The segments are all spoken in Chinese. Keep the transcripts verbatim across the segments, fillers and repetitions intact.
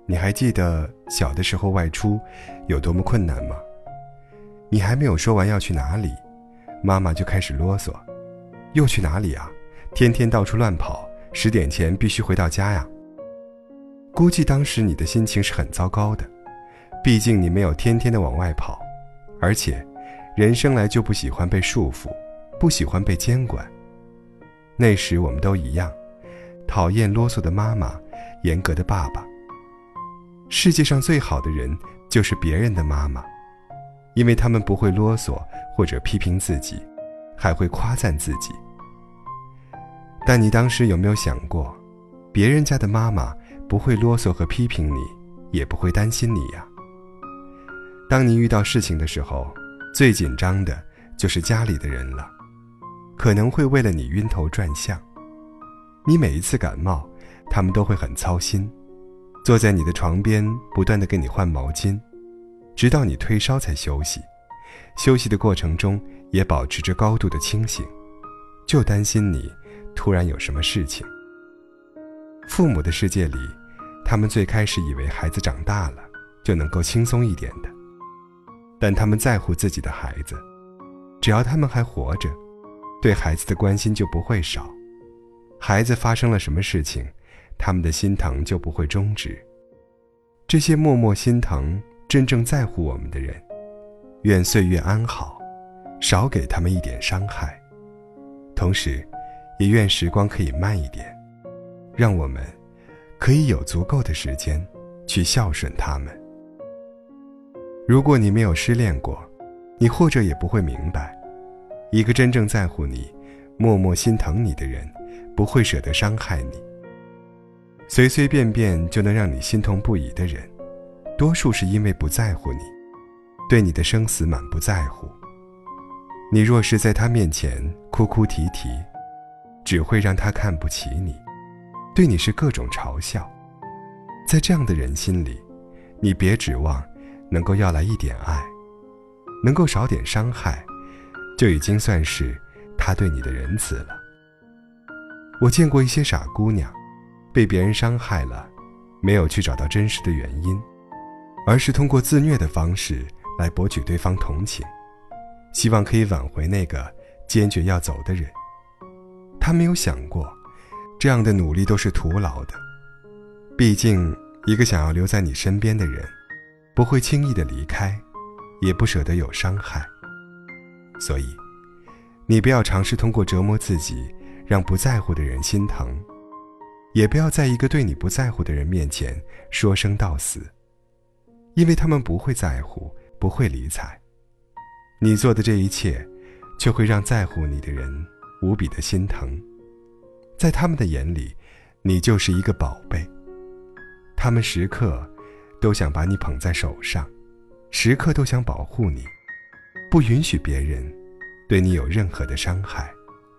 你还记得小的时候外出有多么困难吗？你还没有说完要去哪里，妈妈就开始啰嗦，又去哪里啊？天天到处乱跑，十点前必须回到家呀。估计当时你的心情是很糟糕的，毕竟你没有天天的往外跑，而且人生来就不喜欢被束缚，不喜欢被监管。那时我们都一样，讨厌啰嗦的妈妈，严格的爸爸。世界上最好的人就是别人的妈妈，因为他们不会啰嗦或者批评自己，还会夸赞自己。但你当时有没有想过，别人家的妈妈不会啰嗦和批评你，也不会担心你呀。当你遇到事情的时候，最紧张的就是家里的人了，可能会为了你晕头转向。你每一次感冒，他们都会很操心，坐在你的床边不断地给你换毛巾，直到你退烧才休息。休息的过程中也保持着高度的清醒，就担心你突然有什么事情。父母的世界里，他们最开始以为孩子长大了就能够轻松一点的，但他们在乎自己的孩子，只要他们还活着，对孩子的关心就不会少。孩子发生了什么事情，他们的心疼就不会终止。这些默默心疼真正在乎我们的人，愿岁月安好，少给他们一点伤害，同时也愿时光可以慢一点，让我们可以有足够的时间去孝顺他们。如果你没有失恋过，你或者也不会明白，一个真正在乎你，默默心疼你的人，不会舍得伤害你。随随便便就能让你心痛不已的人，多数是因为不在乎你，对你的生死满不在乎。你若是在他面前哭哭啼啼，只会让他看不起你，对你是各种嘲笑。在这样的人心里，你别指望能够要来一点爱，能够少点伤害，就已经算是他对你的仁慈了。我见过一些傻姑娘，被别人伤害了，没有去找到真实的原因，而是通过自虐的方式来博取对方同情，希望可以挽回那个坚决要走的人。他没有想过，这样的努力都是徒劳的。毕竟一个想要留在你身边的人，不会轻易的离开，也不舍得有伤害。所以你不要尝试通过折磨自己让不在乎的人心疼，也不要在一个对你不在乎的人面前说生道死，因为他们不会在乎，不会理睬。你做的这一切却会让在乎你的人无比的心疼，在他们的眼里，你就是一个宝贝，他们时刻都想把你捧在手上，时刻都想保护你，不允许别人对你有任何的伤害。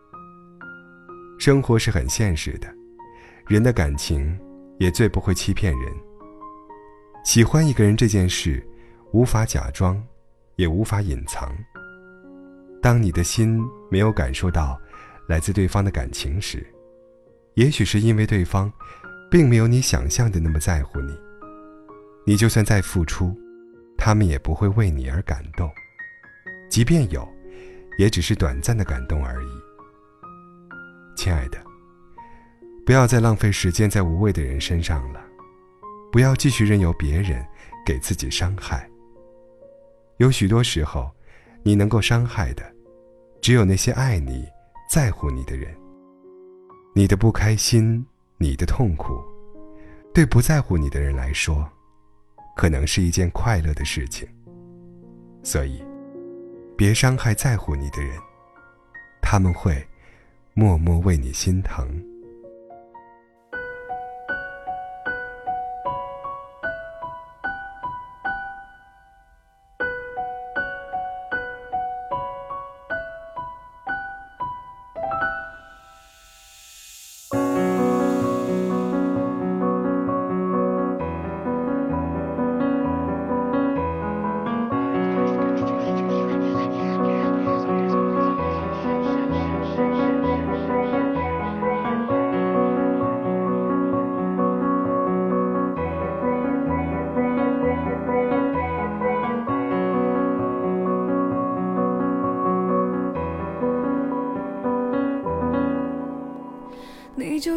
生活是很现实的，人的感情也最不会欺骗人。喜欢一个人这件事，无法假装，也无法隐藏。当你的心没有感受到来自对方的感情时，也许是因为对方并没有你想象的那么在乎你。你就算再付出，他们也不会为你而感动，即便有，也只是短暂的感动而已。亲爱的，不要再浪费时间在无谓的人身上了，不要继续任由别人给自己伤害。有许多时候，你能够伤害的，只有那些爱你、在乎你的人。你的不开心，你的痛苦，对不在乎你的人来说，可能是一件快乐的事情。所以，别伤害在乎你的人，他们会默默为你心疼。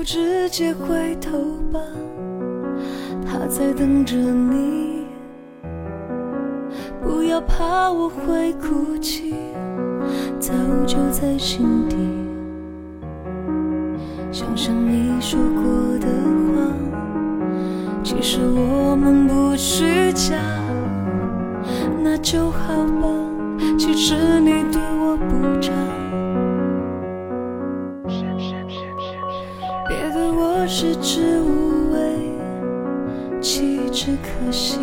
就直接回头吧，他在等着你。不要怕我会哭泣，早就在心底。想想你说过的话，其实我们不虚假，那就好吧，其实你对我不差，别对我食之无味，弃之可惜。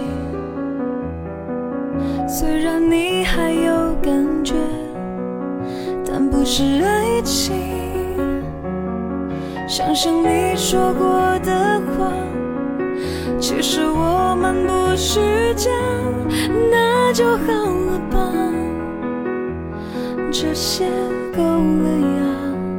虽然你还有感觉，但不是爱情。想想你说过的话，其实我们不虚假，那就好了吧，这些够了呀。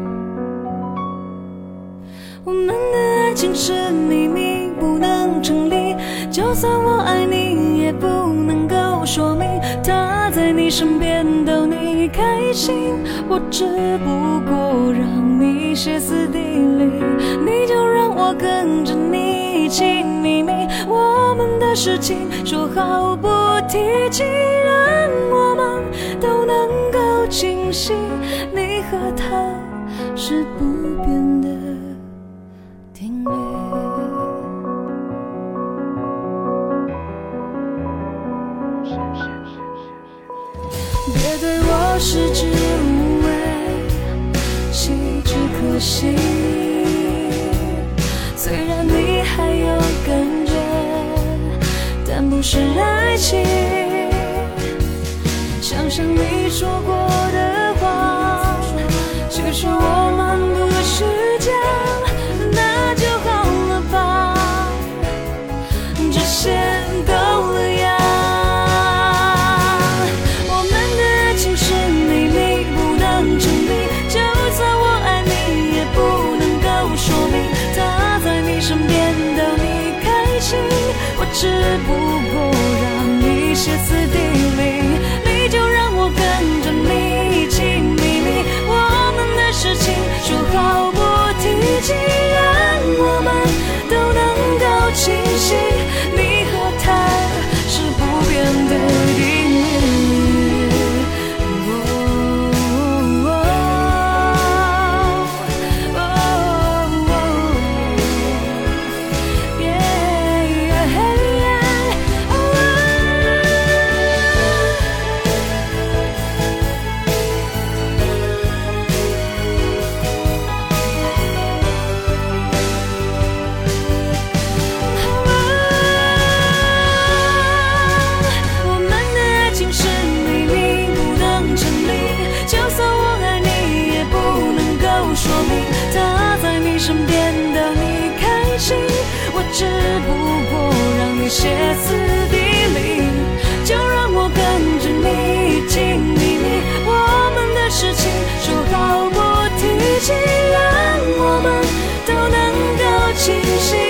我们的爱情是秘密，不能成立，就算我爱你也不能够说明他在你身边逗你开心，我只不过让你歇斯底里，你就让我跟着你一起秘密我们的事情，说好不提起，让我们都能够清晰，你和他是不变的定律。别对我食之无味，弃之可惜。虽然你还有感觉，但不是爱情。想想你说过的话，其实我们不虚假，那就好了吧，这些够了呀。我们的爱情是秘密，不能成立，就算我爱你也不能够说明他在你身边逗你开心，我只不过让你歇斯底里，你就让我跟着你一起秘密我们的事情，说好不提起，让我们都能够清晰，你和他是不变的定律。说明他在你身边逗你开心，我只不过让你歇斯底里，就让我跟着你一起秘密我们的事情，说好不提起，让我们都能够清晰。